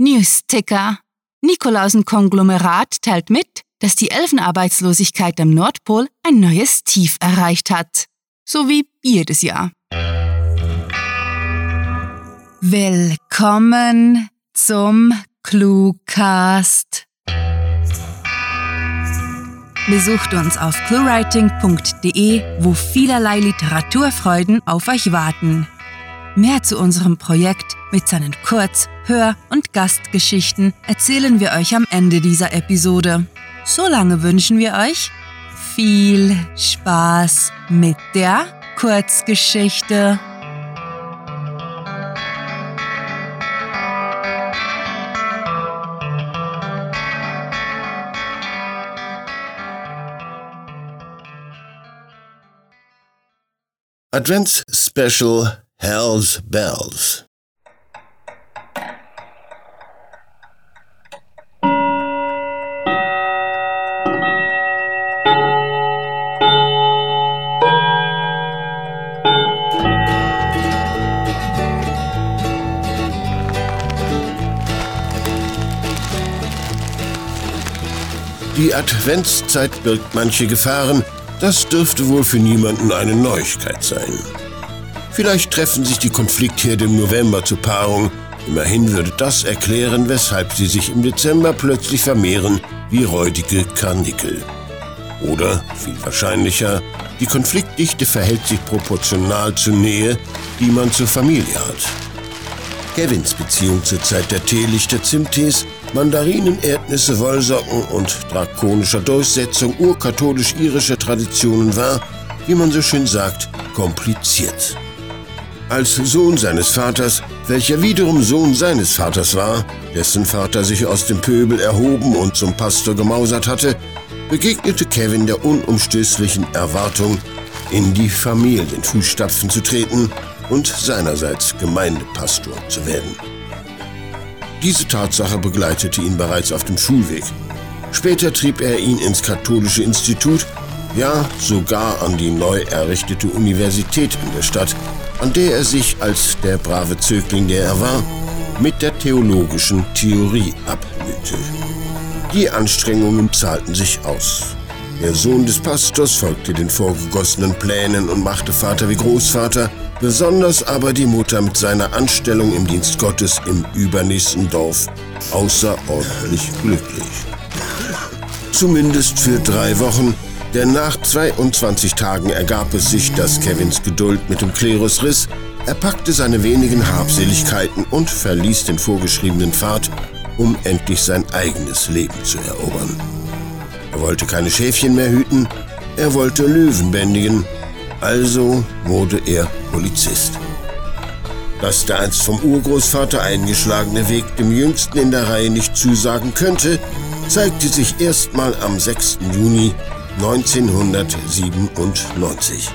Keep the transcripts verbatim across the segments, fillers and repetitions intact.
News-Ticker. Nikolausen-Konglomerat teilt mit, dass die Elfenarbeitslosigkeit am Nordpol ein neues Tief erreicht hat. So wie jedes Jahr. Willkommen zum Cluecast. Besucht uns auf cluewriting punkt de, wo vielerlei Literaturfreuden auf euch warten. Mehr zu unserem Projekt mit seinen Kurz-, Hör- und Gastgeschichten erzählen wir euch am Ende dieser Episode. Solange wünschen wir euch viel Spaß mit der Kurzgeschichte. Advents Special Hell's Bells. Die Adventszeit birgt manche Gefahren. Das dürfte wohl für niemanden eine Neuigkeit sein. Vielleicht treffen sich die Konfliktherde im November zur Paarung. Immerhin würde das erklären, weshalb sie sich im Dezember plötzlich vermehren wie räudige Karnickel. Oder, viel wahrscheinlicher, die Konfliktdichte verhält sich proportional zur Nähe, die man zur Familie hat. Kevins Beziehung zur Zeit der Teelichter, Zimttees, Mandarinen, Erdnüsse, Wollsocken und drakonischer Durchsetzung urkatholisch-irischer Traditionen war, wie man so schön sagt, kompliziert. Als Sohn seines Vaters, welcher wiederum Sohn seines Vaters war, dessen Vater sich aus dem Pöbel erhoben und zum Pastor gemausert hatte, begegnete Kevin der unumstößlichen Erwartung, in die Familienfußstapfen zu treten und seinerseits Gemeindepastor zu werden. Diese Tatsache begleitete ihn bereits auf dem Schulweg. Später trieb er ihn ins katholische Institut, ja sogar an die neu errichtete Universität in der Stadt, an der er sich als der brave Zögling, der er war, mit der theologischen Theorie abmühte. Die Anstrengungen zahlten sich aus. Der Sohn des Pastors folgte den vorgegossenen Plänen und machte Vater wie Großvater, besonders aber die Mutter mit seiner Anstellung im Dienst Gottes im übernächsten Dorf außerordentlich glücklich. Zumindest für drei Wochen, denn nach zweiundzwanzig Tagen ergab es sich, dass Kevins Geduld mit dem Klerus riss. Er packte seine wenigen Habseligkeiten und verließ den vorgeschriebenen Pfad, um endlich sein eigenes Leben zu erobern. Er wollte keine Schäfchen mehr hüten, er wollte Löwen bändigen. Also wurde er Polizist. Dass der einst vom Urgroßvater eingeschlagene Weg dem Jüngsten in der Reihe nicht zusagen könnte, zeigte sich erstmal am sechsten Juni neunzehnhundertsiebenundneunzig.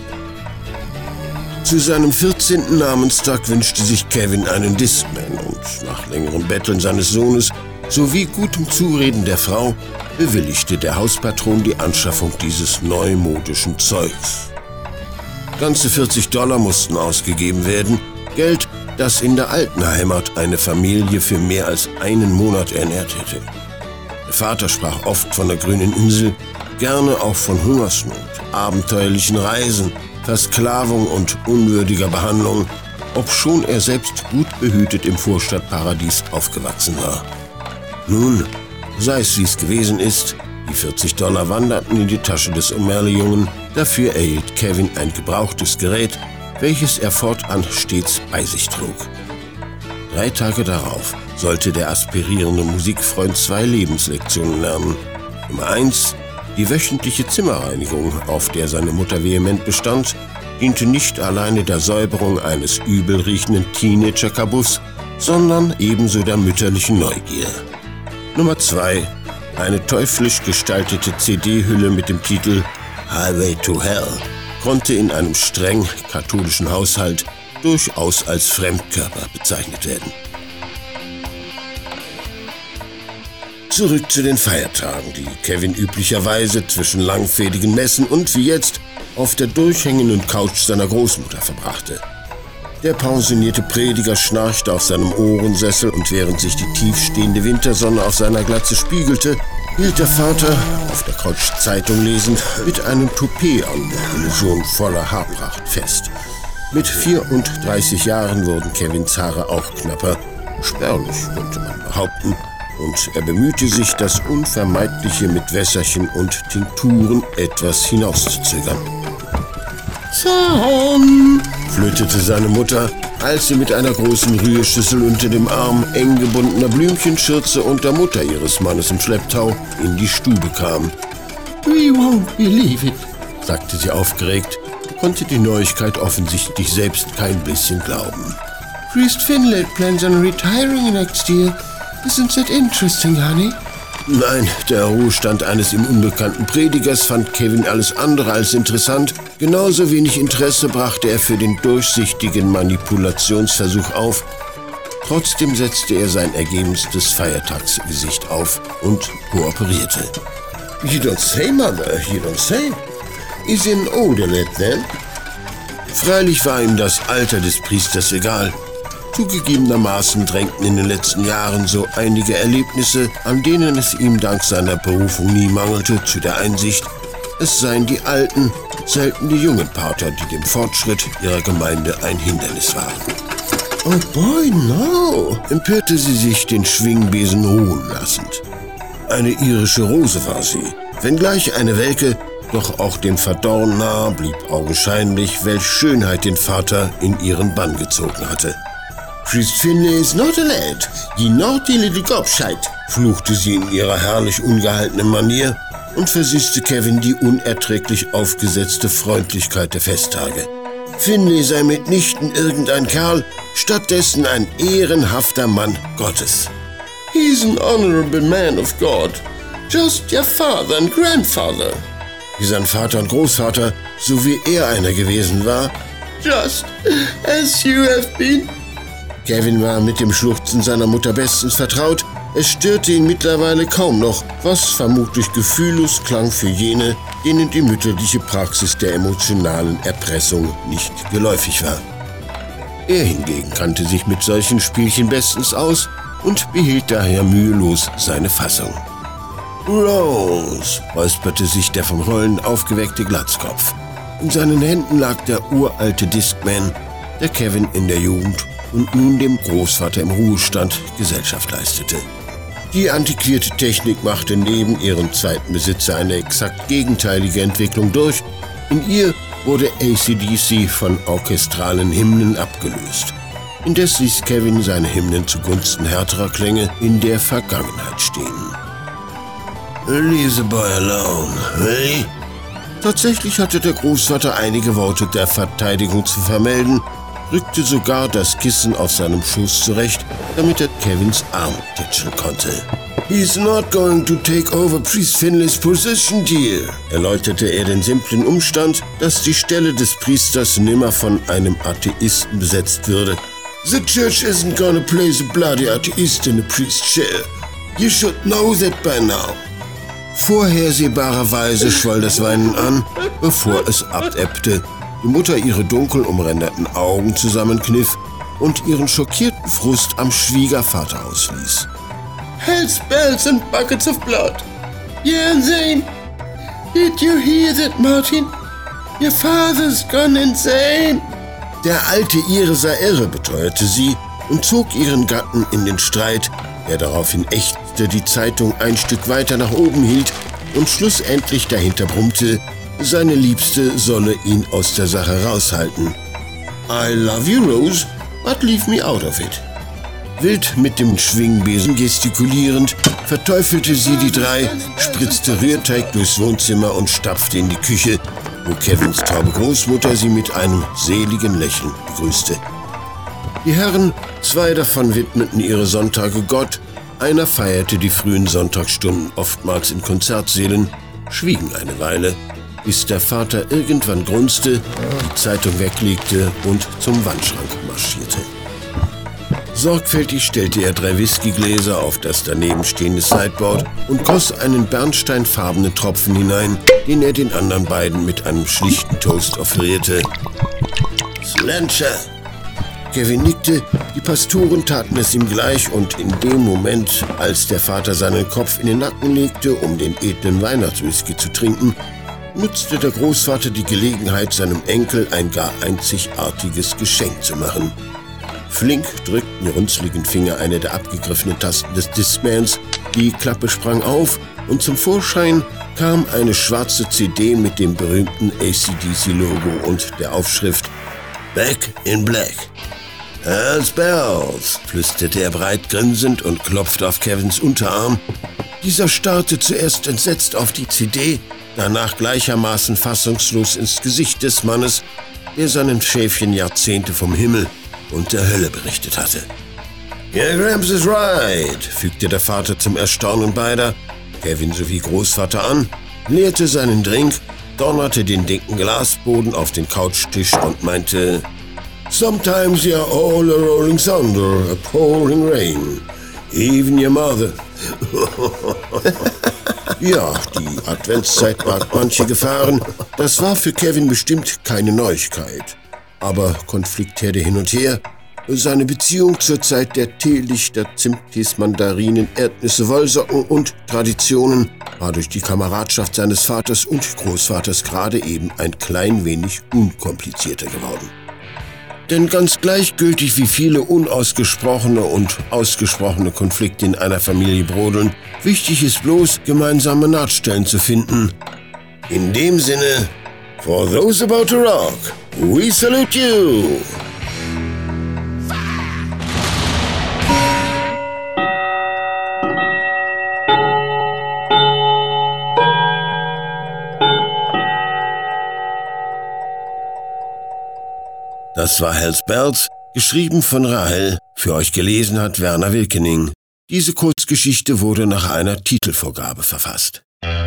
Zu seinem vierzehnten Namenstag wünschte sich Kevin einen Discman und nach längerem Betteln seines Sohnes sowie gutem Zureden der Frau bewilligte der Hauspatron die Anschaffung dieses neumodischen Zeugs. Ganze vierzig Dollar mussten ausgegeben werden, Geld, das in der alten Heimat eine Familie für mehr als einen Monat ernährt hätte. Der Vater sprach oft von der grünen Insel, gerne auch von Hungersnot, abenteuerlichen Reisen, Versklavung und unwürdiger Behandlung, obschon er selbst gut behütet im Vorstadtparadies aufgewachsen war. Nun, sei es wie es gewesen ist, die vierzig Dollar wanderten in die Tasche des O'Malley-Jungen. Dafür erhielt Kevin ein gebrauchtes Gerät, welches er fortan stets bei sich trug. Drei Tage darauf sollte der aspirierende Musikfreund zwei Lebenslektionen lernen. Nummer eins, die wöchentliche Zimmerreinigung, auf der seine Mutter vehement bestand, diente nicht alleine der Säuberung eines übel riechenden Teenager-Kabuffs, sondern ebenso der mütterlichen Neugier. Nummer zwei, eine teuflisch gestaltete C D-Hülle mit dem Titel Highway to Hell konnte in einem streng katholischen Haushalt durchaus als Fremdkörper bezeichnet werden. Zurück zu den Feiertagen, die Kevin üblicherweise zwischen langfädigen Messen und wie jetzt auf der durchhängenden Couch seiner Großmutter verbrachte. Der pensionierte Prediger schnarchte auf seinem Ohrensessel und während sich die tiefstehende Wintersonne auf seiner Glatze spiegelte, hielt der Vater, auf der Couch Zeitung lesend, mit einem Toupet an der Illusion voller Haarpracht fest. Mit vierunddreißig Jahren wurden Kevins Haare auch knapper, spärlich könnte man behaupten, und er bemühte sich, das Unvermeidliche mit Wässerchen und Tinkturen etwas hinauszuzögern. Sam! Flötete seine Mutter, als sie mit einer großen Rührschüssel unter dem Arm, eng gebundener Blümchenschürze und der Mutter ihres Mannes im Schlepptau in die Stube kam. We won't believe it, sagte sie aufgeregt, konnte die Neuigkeit offensichtlich selbst kein bisschen glauben. Priest Finlay plans on retiring next year. Isn't that interesting, honey? Nein, der Ruhestand eines ihm unbekannten Predigers fand Kevin alles andere als interessant. Genauso wenig Interesse brachte er für den durchsichtigen Manipulationsversuch auf. Trotzdem setzte er sein ergebenstes Feiertagsgesicht auf und kooperierte. You don't say, Mother, you don't say. Is he an older lad then? Freilich war ihm das Alter des Priesters egal. Zugegebenermaßen drängten in den letzten Jahren so einige Erlebnisse, an denen es ihm dank seiner Berufung nie mangelte, zu der Einsicht, es seien die alten, selten die jungen Pater, die dem Fortschritt ihrer Gemeinde ein Hindernis waren. Oh boy, no, empörte sie sich, den Schwingbesen ruhen lassend. Eine irische Rose war sie, wenngleich eine welke, doch auch dem Verdorren nah blieb augenscheinlich, welch Schönheit den Vater in ihren Bann gezogen hatte. Priest Finlay is not a lad, ye naughty little gobshite, fluchte sie in ihrer herrlich ungehaltenen Manier und versüßte Kevin die unerträglich aufgesetzte Freundlichkeit der Festtage. Finlay sei mitnichten irgendein Kerl, stattdessen ein ehrenhafter Mann Gottes. He's an honorable man of God, just your father and grandfather. Wie sein Vater und Großvater, so wie er einer gewesen war. Just as you have been. Kevin war mit dem Schluchzen seiner Mutter bestens vertraut. Es störte ihn mittlerweile kaum noch, was vermutlich gefühllos klang für jene, denen die mütterliche Praxis der emotionalen Erpressung nicht geläufig war. Er hingegen kannte sich mit solchen Spielchen bestens aus und behielt daher mühelos seine Fassung. »Rose«, räusperte sich der vom Rollen aufgeweckte Glatzkopf. In seinen Händen lag der uralte Discman, der Kevin in der Jugend und nun dem Großvater im Ruhestand Gesellschaft leistete. Die antiquierte Technik machte neben ihrem zweiten Besitzer eine exakt gegenteilige Entwicklung durch. In ihr wurde A C D C von orchestralen Hymnen abgelöst. Indes ließ Kevin seine Hymnen zugunsten härterer Klänge in der Vergangenheit stehen. Leave the boy alone, hey? Tatsächlich hatte der Großvater einige Worte der Verteidigung zu vermelden, rückte sogar das Kissen auf seinem Schoß zurecht, damit er Kevins Arm tätscheln konnte. He's not going to take over Priest Finlays position, dear, erläuterte er den simplen Umstand, dass die Stelle des Priesters nimmer von einem Atheisten besetzt würde. The church isn't gonna place a bloody atheist in a priest's chair. You should know that by now. Vorhersehbarerweise schwoll das Weinen an, bevor es abebbte, die Mutter ihre dunkel umränderten Augen zusammenkniff und ihren schockierten Frust am Schwiegervater ausließ. Hell's bells and buckets of blood. Yeah, insane. Did you hear that, Martin? Your father's gone insane. Der alte Ire sei irre, beteuerte sie und zog ihren Gatten in den Streit, der daraufhin ächzte, die Zeitung ein Stück weiter nach oben hielt und schlussendlich dahinter brummte, seine Liebste solle ihn aus der Sache raushalten. I love you, Rose, but leave me out of it. Wild mit dem Schwingbesen gestikulierend, verteufelte sie die drei, spritzte Rührteig durchs Wohnzimmer und stapfte in die Küche, wo Kevins taube Großmutter sie mit einem seligen Lächeln begrüßte. Die Herren, zwei davon widmeten ihre Sonntage Gott, einer feierte die frühen Sonntagsstunden oftmals in Konzertsälen, schwiegen eine Weile, bis der Vater irgendwann grunzte, die Zeitung weglegte und zum Wandschrank marschierte. Sorgfältig stellte er drei Whiskygläser auf das danebenstehende Sideboard und goss einen bernsteinfarbenen Tropfen hinein, den er den anderen beiden mit einem schlichten Toast offerierte. Slancher, Kevin nickte, die Pastoren taten es ihm gleich und in dem Moment, als der Vater seinen Kopf in den Nacken legte, um den edlen Weihnachtswhisky zu trinken, nutzte der Großvater die Gelegenheit, seinem Enkel ein gar einzigartiges Geschenk zu machen. Flink drückten die runzligen Finger eine der abgegriffenen Tasten des Discmans, die Klappe sprang auf und zum Vorschein kam eine schwarze C D mit dem berühmten A C D C-Logo und der Aufschrift Back in Black. Hells Bells, flüsterte er breit grinsend und klopfte auf Kevins Unterarm. Dieser starrte zuerst entsetzt auf die C D, danach gleichermaßen fassungslos ins Gesicht des Mannes, der seinen Schäfchen Jahrzehnte vom Himmel und der Hölle berichtet hatte. Ja, Gramps is right, fügte der Vater zum Erstaunen beider Kevin sowie Großvater an, leerte seinen Drink, donnerte den dicken Glasboden auf den Couchtisch und meinte: Sometimes you're all a rolling thunder, a pouring rain, even your mother. Ja, die Adventszeit barg manche Gefahren. Das war für Kevin bestimmt keine Neuigkeit. Aber Konfliktherde hin und her, seine Beziehung zur Zeit der Teelichter, Zimttees, Mandarinen, Erdnüsse, Wollsocken und Traditionen war durch die Kameradschaft seines Vaters und Großvaters gerade eben ein klein wenig unkomplizierter geworden. Denn ganz gleichgültig wie viele unausgesprochene und ausgesprochene Konflikte in einer Familie brodeln, wichtig ist bloß, gemeinsame Nahtstellen zu finden. In dem Sinne, for those about to rock, we salute you! Das war Hells Bells, geschrieben von Rahel, für euch gelesen hat Werner Wilkening. Diese Kurzgeschichte wurde nach einer Titelvorgabe verfasst.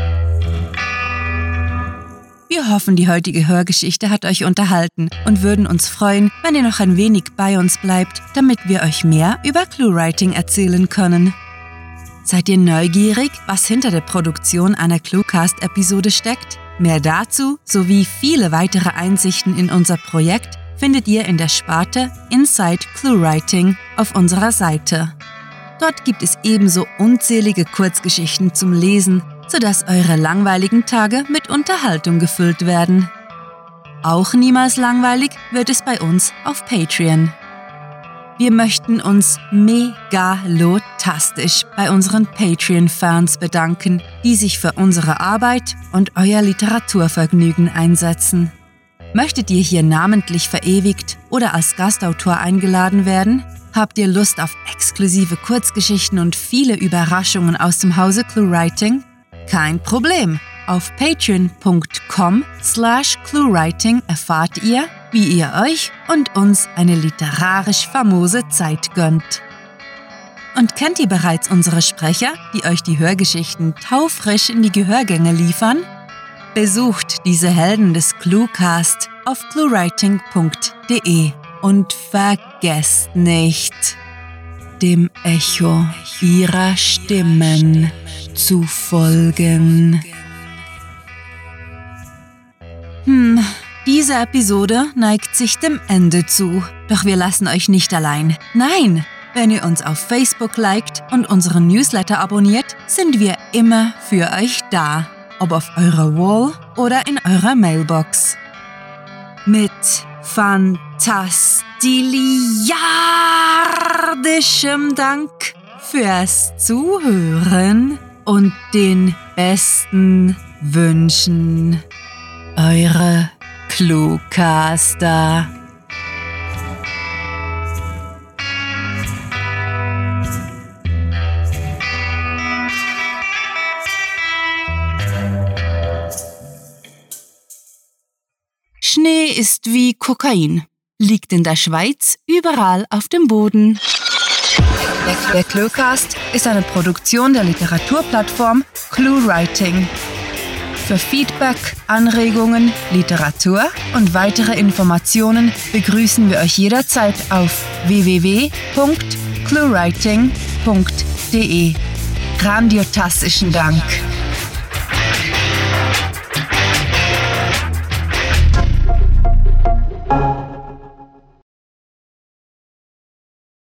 Wir hoffen, die heutige Hörgeschichte hat euch unterhalten und würden uns freuen, wenn ihr noch ein wenig bei uns bleibt, damit wir euch mehr über ClueWriting erzählen können. Seid ihr neugierig, was hinter der Produktion einer Cluecast-Episode steckt? Mehr dazu sowie viele weitere Einsichten in unser Projekt findet ihr in der Sparte Inside ClueWriting auf unserer Seite. Dort gibt es ebenso unzählige Kurzgeschichten zum Lesen, sodass eure langweiligen Tage mit Unterhaltung gefüllt werden. Auch niemals langweilig wird es bei uns auf Patreon. Wir möchten uns megalotastisch bei unseren Patreon-Fans bedanken, die sich für unsere Arbeit und euer Literaturvergnügen einsetzen. Möchtet ihr hier namentlich verewigt oder als Gastautor eingeladen werden? Habt ihr Lust auf exklusive Kurzgeschichten und viele Überraschungen aus dem Hause ClueWriting? Kein Problem! Auf patreon.com slash ClueWriting erfahrt ihr, wie ihr euch und uns eine literarisch famose Zeit gönnt. Und kennt ihr bereits unsere Sprecher, die euch die Hörgeschichten taufrisch in die Gehörgänge liefern? Besucht diese Helden des Cluecast auf cluewriting punkt de und vergesst nicht, dem Echo ihrer Stimmen zu folgen. Hm, diese Episode neigt sich dem Ende zu, doch wir lassen euch nicht allein. Nein! Wenn ihr uns auf Facebook liked und unseren Newsletter abonniert, sind wir immer für euch da. Ob auf eurer Wall oder in eurer Mailbox. Mit fantastiliardischem Dank fürs Zuhören und den besten Wünschen. Eure Cluecaster. Schnee ist wie Kokain, liegt in der Schweiz überall auf dem Boden. Der Cluecast ist eine Produktion der Literaturplattform ClueWriting. Für Feedback, Anregungen, Literatur und weitere Informationen begrüßen wir euch jederzeit auf w w w punkt cluewriting punkt de. Grandiotastischen Dank!